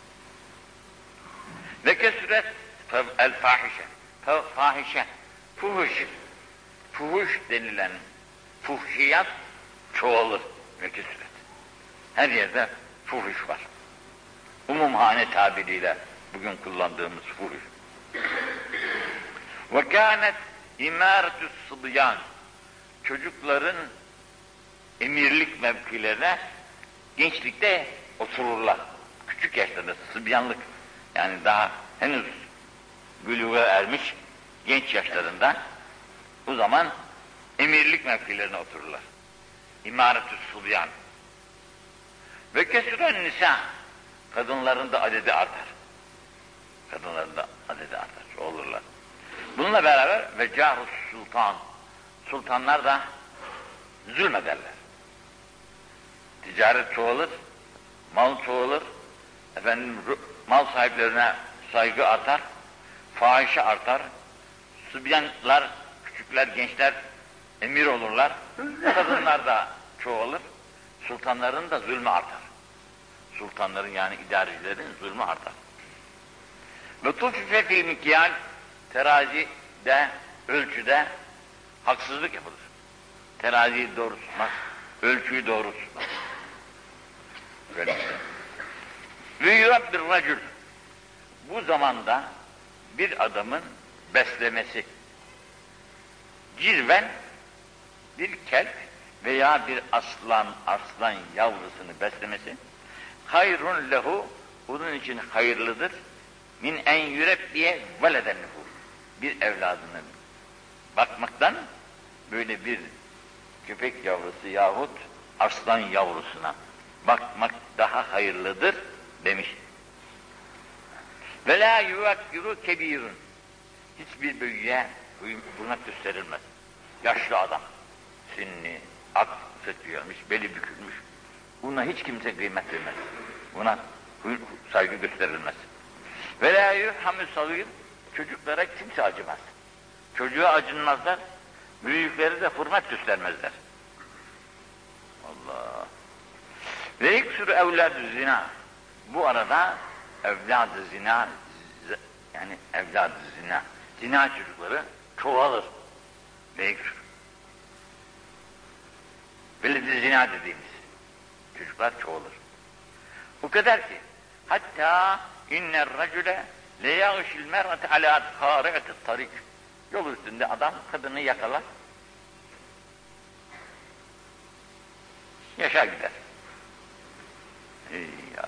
Ve kesüret el fahişe, fahişe, fuhuş, fuhuş denilen fuhşiyat çoğalır ve kesüret. Her yerde fuhuş var. Umumhane tabiriyle bugün kullandığımız fuhuş. Ve kânet imâretü's sıbyan, çocukların emirlik mevkilerine gençlikte otururlar. Küçük yaşlarda sıbyanlık, yani daha henüz bülüğe ermiş genç yaşlarında o zaman emirlik mevkilerine otururlar. İmâretü's sıbyan. Ve kesrün nisa, kadınların da adedi artar. Kadınların da adedi artar, olurlar. Bununla beraber ve cahus sultan, sultanlar da zulmederler. Ticaret çoğalır, mal çoğalır, efendim mal sahiplerine saygı artar, fahişe artar, sıbyanlar, küçükler, gençler emir olurlar, kadınlar da çoğalır, sultanların da zulmü artar. Sultanların yani idarecilerin zulmü artar. Ve tufife fil mikyal, terazide, ölçüde haksızlık yapılır. Teraziyi doğru tutmaz, ölçüyü doğru tutmaz. Ve yurabbir racül, bu zamanda bir adamın beslemesi, cirven bir kelp veya bir aslan, aslan yavrusunu beslemesi, hayrun lehu, bunun için hayırlıdır, min en yürebbiye veledennehu, bir evladının bakmaktan böyle bir köpek yavrusu yahut aslan yavrusuna bakmak daha hayırlıdır demiş. Ve la yuvakkiru kebirun, hiçbir büyüğe hürmet gösterilmez. Yaşlı adam, sinni, ak seçiyormuş, beli bükülmüş. Buna hiç kimse kıymet vermez. Buna saygı gösterilmez. Ve la yurhamü sagir, çocuklara kimse acımaz. Çocuğa acınmazlar, büyükleri de hürmet göstermezler. Allah. Ve iksür evlad-ı zina, bu arada evlad-ı zina, yani evlad-ı zina, zina çocukları çoğalır. Ve iksür. Veled-i zina dediğimiz çocuklar çoğalır. O kadar ki, hatta inner racüle le yağışil mer'ate ala khâri'ati tarik. Yol üstünde adam kadını yakalar, yaşar gider. Ey ya.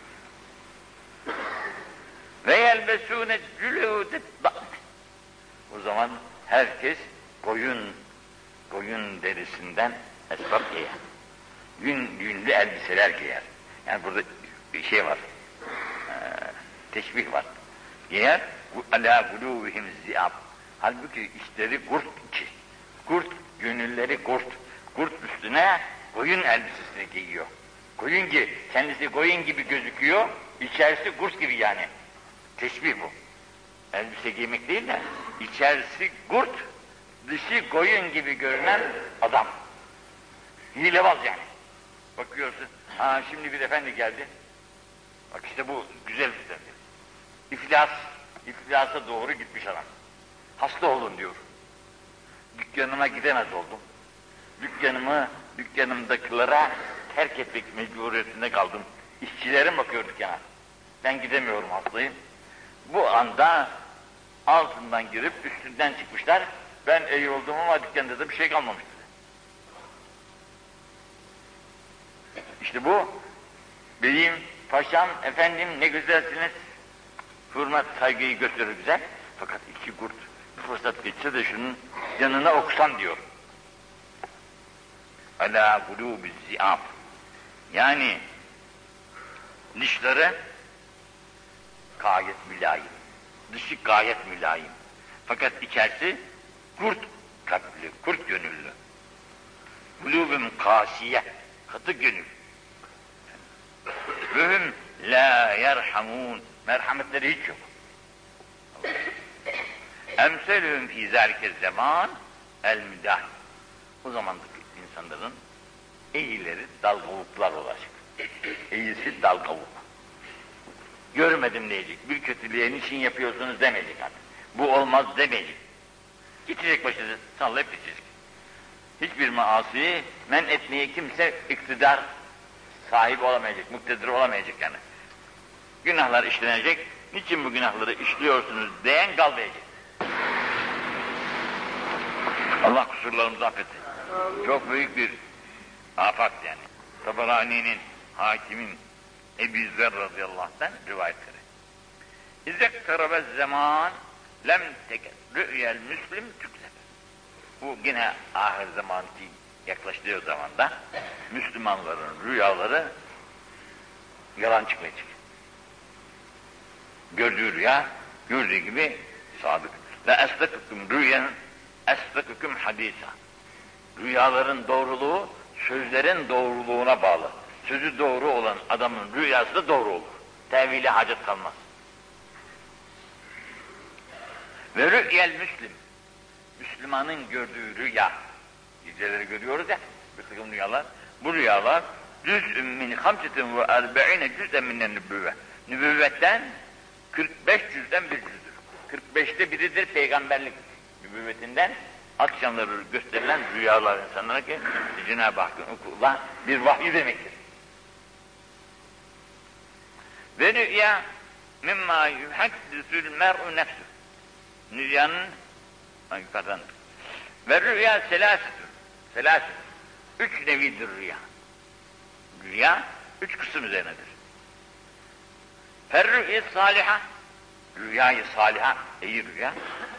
Ve yelbesûne cülûdet da'ne. O zaman herkes koyun, koyun derisinden esbab giyer. Yün, yünlü elbiseler giyer. Yani burada bir şey var, ee, teşbih var. Giyer, alâ gulûvihim ziyab. Halbuki işleri kurt ki, kurt, gönülleri kurt. Kurt üstüne koyun elbisesini giyiyor. Koyun gibi, kendisi koyun gibi gözüküyor, içerisi kurt gibi yani. Teşbih bu. Elbise giymek değil de, içerisi kurt, dışı koyun gibi görünen adam. Hilebaz yani. Bakıyorsun, ha şimdi bir efendi geldi. Bak işte bu güzel bir efendi. İflas, iflasa doğru gitmiş adam. Hasta olun diyor. Dükkanıma gidemez oldum. Dükkanımı, dükkanımdakilere terk etmek mecburiyetinde kaldım. İşçilerim bakıyor dükkana. Ben gidemiyorum hastayım. Bu anda altından girip üstünden çıkmışlar. Ben iyi oldum ama dükkanda da bir şey kalmamıştı. İşte bu, beyim, paşam, efendim ne güzelsiniz. Hürmet, saygıyı gösterir güzel. Fakat iki kurt bir fırsat geçse de şunun yanına okusan diyor. Alâ gulûbü ziyâb. Yani dişleri gayet mülayim. Dışı gayet mülayim. Fakat içerisi kurt kalpli, kurt gönüllü. Gulûbüm kâsiye, katı gönül. Vehum la yerhamûn, merhametleri hiç yok. Emselühüm fî zâlike zaman el müdâh. O zamandaki insanların eğileri dal kavuklar olacak. Eğisi dal kavuk. Görmedim diyecek. Bir kötülüğe niçin yapıyorsunuz demeyecek artık. Bu olmaz demeyecek. Gidecek başını sallayıp gidecek. Hiçbir maasiyi men etmeye kimse iktidar sahibi olamayacak, muktedir olamayacak yani. Günahlar işlenecek, niçin bu günahları işliyorsunuz diyen kalmayacak. Allah kusurlarımızı affetsin. Çok büyük bir afat yani. Tabarani'nin, hakimin, Ebu Zer radıyallahu anh'tan rivayetleri. İzzek karabez zaman lem teket rü'yel müslim tükzeb. Bu yine ahir zamanki yaklaştığı zamanda Müslümanların rüyaları yalan çıkmayacak. Gördüğü rüya, gördüğü gibi sadık. Ve esdeküküm rüyen, esdeküküm hadisa. Rüyaların doğruluğu, sözlerin doğruluğuna bağlı. Sözü doğru olan adamın rüyası da doğru olur. Tevhile hacet kalmaz. Ve rü'yel müslim. Müslümanın gördüğü rüya. Geceleri görüyoruz ya, bir takım rüyalar. Bu rüyalar cüz'ün min hamsetin ve erbe'ine cüz'en minen nübüvve. Nübüvvetten kırk beş cüz'den bir cüzdür. kırk beşte biridir peygamberlik nübüvvetinden. Akşamları gösterilen rüyalar insanlara ki Cenab-ı Hakk'ın okulda bir vahyi demektir. Ve rüya mimma yuhaddisül mer'u nefsü. Rüyanın yukarıdan. Ve rüya selasitür. Selasitür. Üç nevidir rüya. Rüya üç kısım üzerinedir. Fer-rü'ye saliha. Rüyayı saliha, iyi rüya.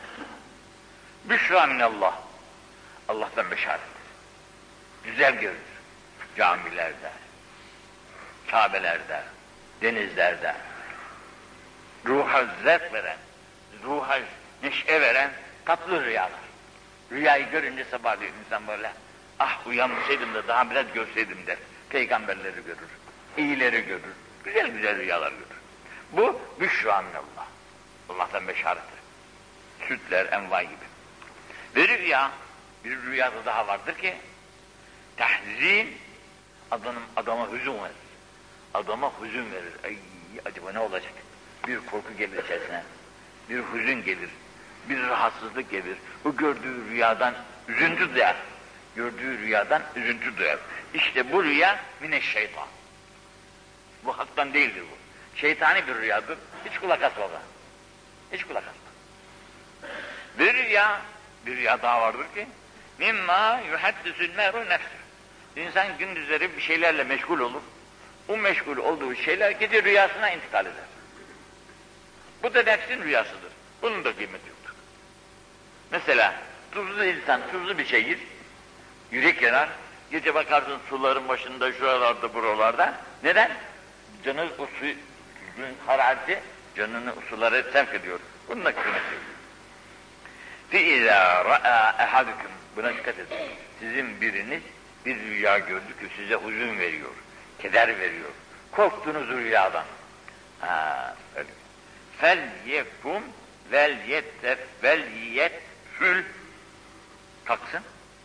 Büşra minallah. Allah'tan beşarettir. Güzel görünür. Camilerde, Kâbelerde, denizlerde. Ruha zevk veren, ruha neşe veren tatlı rüyalar. Rüyayı görünce sabahleyin insan böyle, ah uyanmışaydım da daha biraz görseydim der. Peygamberleri görür, iyileri görür, güzel güzel rüyalar görür. Bu büşra minallah. Allah'tan beşarettir. Sütler, enva gibi. Ve rüya, bir rüyada daha vardır ki, tahzin, adamın, adama hüzün verir. Adama hüzün verir. Ay, acaba ne olacak? Bir korku gelir içerisine, bir hüzün gelir, bir rahatsızlık gelir. O gördüğü rüyadan üzüntü duyar. Gördüğü rüyadan üzüntü duyar. İşte bu rüya mineşşeytan. Bu haktan değildir bu. Şeytani bir rüyadır. Hiç kulak asma bana. Hiç kulak asma. Bir rüya, bir rüya daha vardır ki mimma yuhaddisül meru nefsü. İnsan gündüzleri bir şeylerle meşgul olur. O meşgul olduğu şeyler gece rüyasına intikal eder. Bu da nefsin rüyasıdır. Bunun da kıymeti yoktur. Mesela tuzlu insan tuzlu bir şey yer, yürek yanar. Gece bakarsın suların başında, şuralarda, buralarda. Neden? Canı o su, harareti, canını sulara sevk ediyor. Bunun da kıymeti yok. فَاِذَا رَأَى اَحَدُكُمْ Buna dikkat edin. Sizin biriniz bir rüya gördü ki size huzun veriyor, keder veriyor. Korktunuz rüyadan. Ha, öyle. فَلْيَكُمْ وَلْيَتَّفْ Kalksın.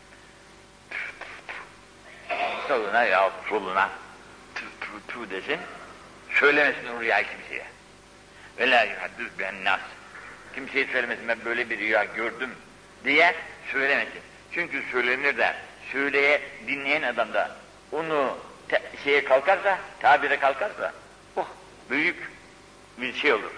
Sağına ya soluna tü tü tü desin. Söylemesin rüyayı kimseye. وَلَا يُحَدِّثْ بِهَنَّاسِ Kimseye söylemesin, ben böyle bir rüya gördüm diye söylemesin. Çünkü söylenir de, söyleye dinleyen adam da onu te, şeye kalkarsa, tabire kalkarsa, oh, büyük bir şey olur.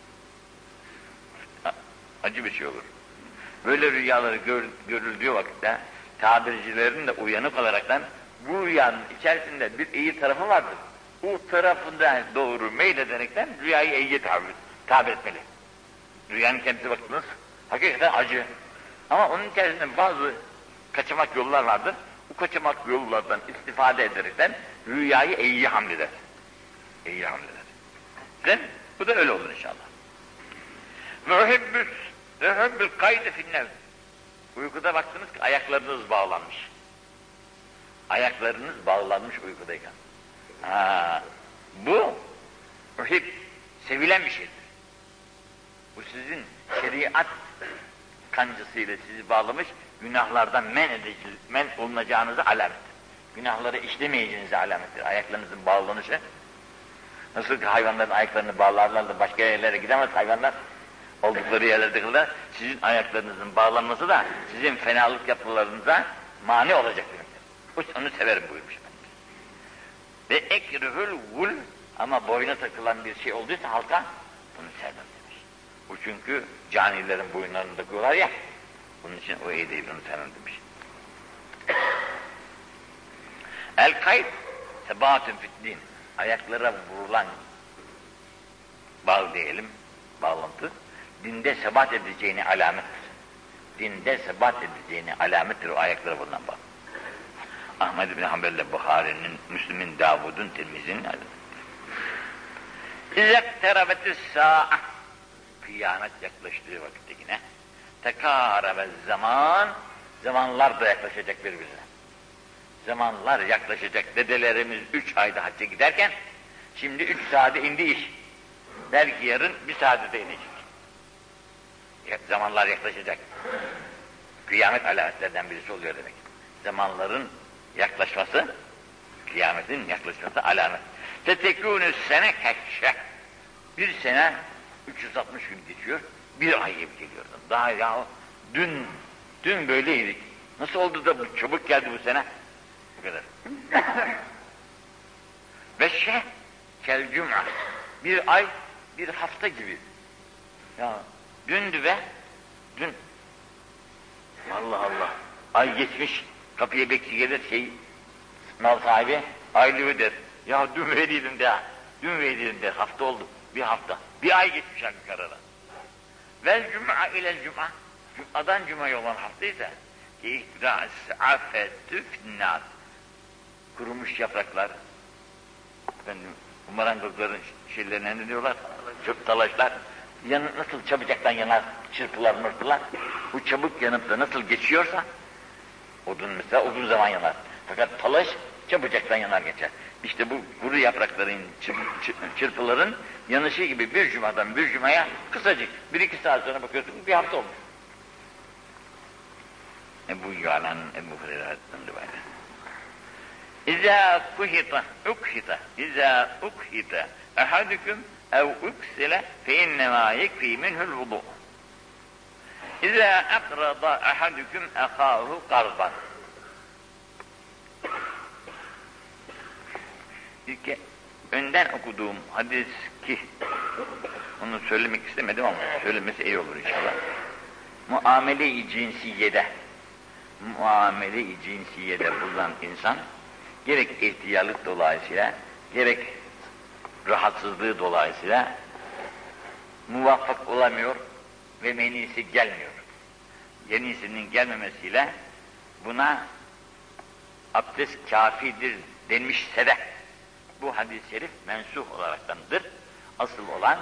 Acı bir şey olur. Böyle rüyaları gör, görüldüğü vakitte, tabircilerin de uyanık olaraktan, bu rüyanın içerisinde bir iyi tarafı vardır. Bu tarafından doğru meylederekten rüyayı iyiye tabir, tabir etmeli. Rüyanın kendisi baktınız, hakikaten acı. Ama onun içerisinde bazı kaçamak yollar vardır. Bu kaçamak yollardan istifade ederekten rüyayı iyi hamleder. İyi hamleder. Değil mi? Bu da öyle olur inşallah. Mühibbüs, mühibbül kaydı finnevd. Uykuda baktınız ki ayaklarınız bağlanmış. Ayaklarınız bağlanmış uykudayken. Ha, bu mühib, sevilen bir şeydir. Bu sizin şeriat kancasıyla sizi bağlamış, günahlardan men edici, men olunacağınızı alamettir. Günahları işlemeyeceğinizi alamettir. Ayaklarınızın bağlanışı. Nasıl ki hayvanların ayaklarını bağlarlar da başka yerlere gidemez hayvanlar. Oldukları yerlerde kılırlar. Sizin ayaklarınızın bağlanması da sizin fenalık yapmalarınıza mani olacak demektir. Onu severim buyurmuş ben. Ve ekrühül vul ama boyuna takılan bir şey olduysa halka bunu sevmem demiş. Bu çünkü canilerin boyunlarını takıyorlar ya. Bunun için o iyi değil, onu sevmem demiş. El kayt sebatün fiddin. Ayaklara vurulan bağ diyelim, bağlantı, dinde sebat edeceğini alamettir. Dinde sebat edeceğini alamettir o ayaklara vurulan bağ. Ahmed bin Hanbel'le Buhari'nin, Müslim'in, Davud'un, Tirmizi'nin alamettir. İzekterebetis sa'a. Kıyamet yaklaştığı vakitte yine. Tekârebe zaman. Zamanlar da yaklaşacak birbirine. Zamanlar yaklaşacak. Dedelerimiz üç ayda hacca giderken şimdi üç saate indi iş. Belki yarın bir saate de inecek. Zamanlar yaklaşacak. Kıyamet alametlerden birisi oluyor demek. Zamanların yaklaşması, kıyametin yaklaşması alamet. Tetekûnü sene kekşe. Bir sene üç yüz altmış gün geçiyor, bir ay gibi geliyor. Daha ya dün, dün böyleydik. Nasıl oldu da bu çabuk geldi bu sene? Bu kadar. Ve şey, kel cum'a. Bir ay, bir hafta gibi. Ya dündü be, dün. Allah Allah. Ay geçmiş, kapıya bekçi gelir, şey, mal sahibi, aylığı der. Ya dün veriydim de, dün veriydim der, hafta oldu, bir hafta. Bir ay geçmiş halbuki karara. Vel cum'a ilel cum'a. Cum'adan cuma'ya olan haftaysa, İhras afetüfnat. Kurumuş yapraklar, efendim, bu marangozların şeylerine ne diyorlar? Çöp talaşlar. Yan, nasıl çabucaktan yanar, çırpılar mırpılar. Bu çabuk yanıp da nasıl geçiyorsa, odun mesela uzun zaman yanar. Fakat talaş çabucaktan yanar geçer. İşte bu kuru yaprakların, çırpıların yanışı gibi bir cumadan bir cumaya kısacık, bir iki saat sonra bakıyorsunuz bir hafta olmuş. Ebu Ya'lan, Ebu Hureyre'den rivayet. İzâ kuhita, ukhita, izâ ukhita ehadüküm ev uksile fe innemâ yekfî minhul vudu. İzâ akrada ehadüküm ehâhu karban. İlk önden okuduğum hadis ki, onu söylemek istemedim ama söylemesi iyi olur inşallah. Muamele-i cinsiyede, muamele-i cinsiyede bulunan insan, gerek ihtiyarlık dolayısıyla, gerek rahatsızlığı dolayısıyla muvaffak olamıyor ve menisi gelmiyor. Yenisinin gelmemesiyle buna abdest kâfidir denmişse de bu hadis-i şerif mensuh olaraktandır. Asıl olan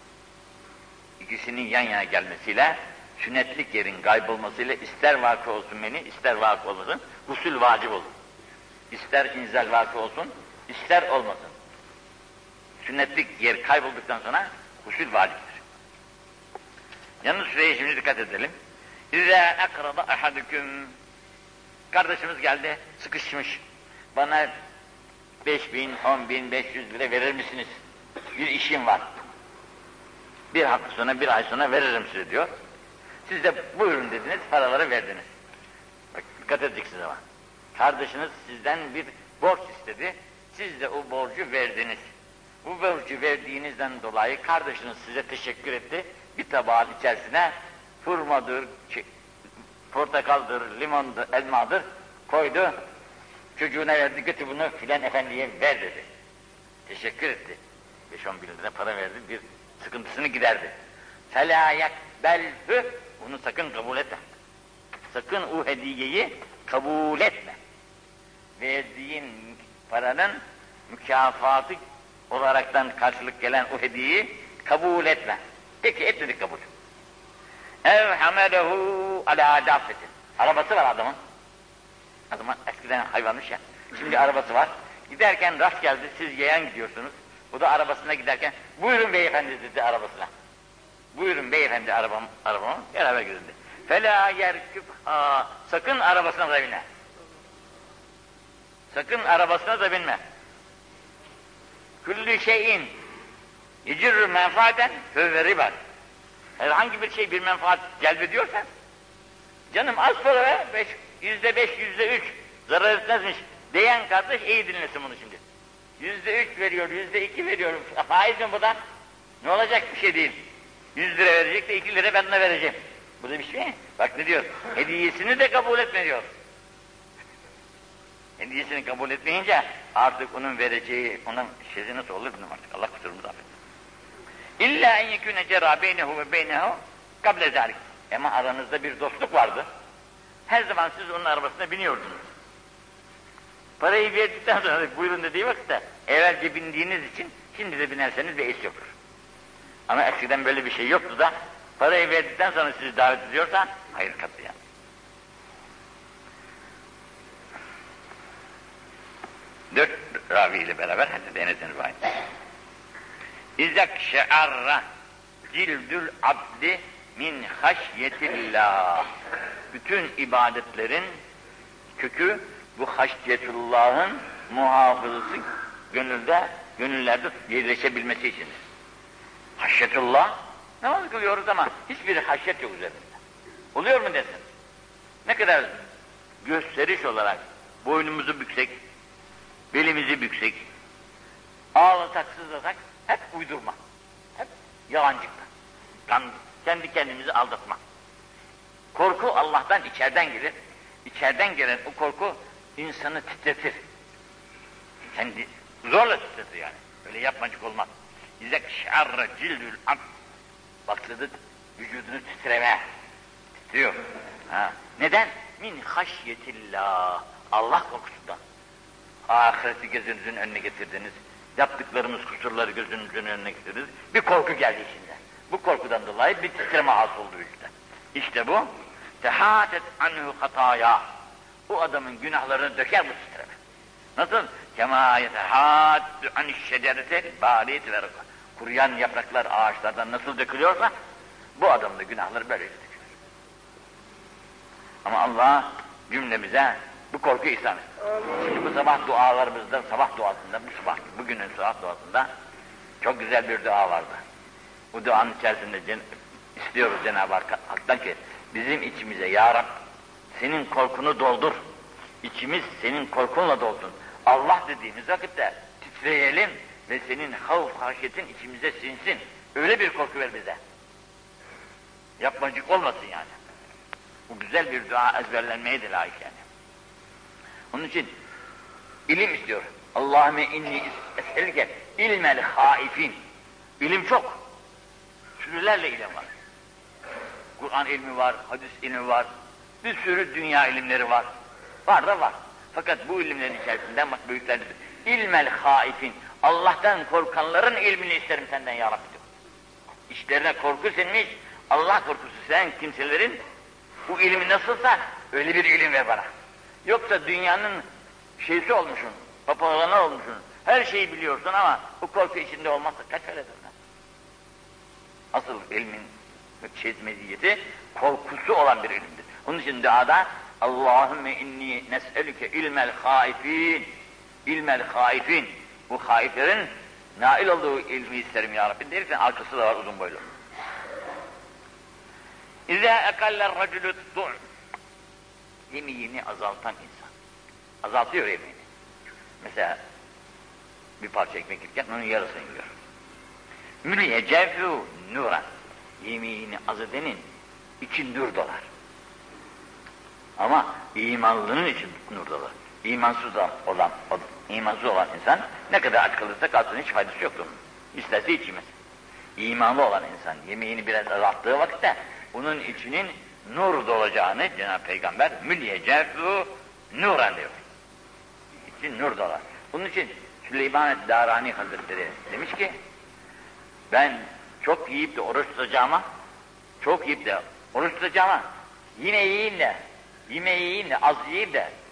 ikisinin yan yana gelmesiyle, sünnetlik yerin kaybolmasıyla ister vakı olsun meni, ister vakı olmasın, gusül vacip olur. İster inzal vakı olsun, ister olmasın. Sünnetlik yer kaybolduktan sonra gusül vaciptir. Yalnız şuraya şimdi dikkat edelim. İzâ akrada ahadüküm. Kardeşimiz geldi, sıkışmış. Bana beş bin, on bin, beş yüz lira verir misiniz? Bir işim var. Bir hafta sonra, bir ay sonra veririm size diyor. Siz de buyurun dediniz, paraları verdiniz. Bak, dikkat edeceksiniz ama. Kardeşiniz sizden bir borç istedi, siz de o borcu verdiniz. Bu borcu verdiğinizden dolayı kardeşiniz size teşekkür etti. Bir tabağın içerisine hurmadır, portakaldır, limondur, elmadır koydu. Çocuğuna verdi, götür bunu filan efendiye ver dedi. Teşekkür etti. beş on bin lira para verdi, bir sıkıntısını giderdi. فَلَا يَقْبَلْهُ. Bunu sakın kabul etme. Sakın o hediyeyi kabul etme. Verdiğin paranın mükafatı olaraktan karşılık gelen o hediyeyi kabul etme. Peki etmedik kabul. اَوْ حَمَلَهُ عَلَى دَافَةٍ. Arabası var adamın. Adamın eskiden hayvanmış ya. Şimdi arabası var. Giderken rast geldi, siz yayan gidiyorsunuz. Bu da arabasına giderken, buyurun beyefendi dedi arabasına. Buyurun beyefendi arabam, arabama, beraber gidildi. فَلَا يَرْكِبْهَا. Sakın arabasına da binme. Sakın arabasına da binme. Küllü şeyin yecirrü menfaaten fevve ribat. Herhangi bir şey bir menfaat celbediyorsan, canım az para ver, beş, yüzde beş, yüzde üç zarar etmezmiş diyen kardeş iyi dinlesin bunu şimdi. Yüzde üç veriyor, yüzde iki veriyor, faiz mi bu da? Ne olacak bir şey değil. Yüz lira verecek de iki lira ben de vereceğim. Bu da bir şey mi? Bak ne diyor? Hediyesini de kabul etme diyor. Hediyesini kabul etmeyince artık onun vereceği, onun şeyi nasıl olur bilmiyorum artık. Allah kusurumuzu affetsin. İlla en yekûne cerâ beynehu ve beynehu kable zâlik. Ama aranızda bir dostluk vardı. Her zaman siz onun arabasına biniyordunuz. Parayı verdikten sonra buyurun dediği vakitte evvelce bindiğiniz için Şimdi de binerseniz beis yoktur. Ama eskiden böyle bir şey yoktu da parayı verdikten sonra sizi davet ediyorsa hayır katliyen. Dört ravi ile beraber Hazreti Enes'in rivayeti. İzek şe'arra cildül abdi min haşyetillah. Bütün ibadetlerin kökü bu haşyetullah'ın muhafızası gönülde, gönüllerde yerleşebilmesi içindir. Haşyetullah, namaz kılıyoruz ama hiçbir haşyet yok üzerinde. Oluyor mu desin? Ne kadar gösteriş olarak boynumuzu büksek, belimizi büksek, ağlasak, sızlasak hep uydurma, hep yalancıkta. Kendi kendimizi aldatma. Korku Allah'tan içeriden gelir. İçeriden gelen o korku insanı titretir. Kendi zorla titretir yani. Öyle yapmacık olmaz. İzek şerre cildül abd. Baktırdı vücudunu titreme. Titriyor. Ha. Neden? Min haşyetillah. Allah korkusundan. Ahireti gözünüzün önüne getirdiniz. Yaptıklarımız kusurları gözünüzün önüne getirdiniz. Bir korku geldi içinden. Bu korkudan dolayı bir titreme hasıl oldu vücutta. İşte bu. Tehatet anhu hataya. O adamın günahlarını döker bu titreme. Nasıl? Kema yetehaddu anişşecerete baliyet ve rıkı. Kuruyan yapraklar ağaçlardan nasıl dökülüyorsa bu adamın da günahları böyle dökülür. Ama Allah cümlemize bu korkuyu ihsan etsin. Şimdi bu sabah dualarımızda, sabah duasında, bu sabah, bugünün sabah duasında çok güzel bir dua vardı. Bu duanın içerisinde cen istiyoruz Cenab-ı Hak'tan ki bizim içimize ya Rab senin korkunu doldur. İçimiz senin korkunla dolsun. Allah dediğimiz vakitte titreyelim ve senin havf haşyetin içimize sinsin. Öyle bir korku ver bize. Yapmacık olmasın yani. Bu güzel bir dua ezberlenmeye de layık yani. Onun için ilim istiyor. Allahümme inni es'elke ilmel haifin. İlim çok. Sürülerle ilim var. Kur'an ilmi var, hadis ilmi var. Bir sürü dünya ilimleri var. Var da var. Fakat bu ilimlerin içerisinden bak büyükler dedi. İlmel haifin. Allah'tan korkanların ilmini isterim senden ya Rabbi diyor. İşlerine korku sinmiş, Allah korkusu sen kimselerin bu ilmi nasılsa öyle bir ilim ver bana. Yoksa dünyanın şeysi olmuşsun, papağanı olmuşsun, her şeyi biliyorsun ama bu korku içinde olmazsa kaç öyledir lan? Asıl ilmin şey meziyeti korkusu olan bir ilimdir. Onun için duada Allahümme inni nes'elüke ilmel haifin, ilmel haifin. Bu haiflerin nail olduğu ilmi isterim ya Rabbi derken arkası da var uzun boylu. İzâ ekallel racülü tu'm. Yemeğini azaltan insan. Azaltıyor yemeğini. Mesela bir parça ekmek yerken onun yarısını yiyor. Mülye cevfû nuran. Yemeğini az edenin içi nur dolar. Ama imanlının için nur dolar. İmansız olan, imansız olan insan ne kadar aç kalırsa kalsın hiç faydası yoktur. İsterse hiç yemez. İmanlı olan insan yemeğini biraz azalttığı vakitte onun içinin nur dolacağını Cenab-ı Peygamber mülyecefû nuran diyor. İçin nur dolar. Bunun için Süleyman Darani Hazretleri demiş ki ben çok yiyip de oruç tutacağıma çok yiyip de oruç tutacağıma yine yiyeyim de yemeği yiyeyim de az yiyeyim de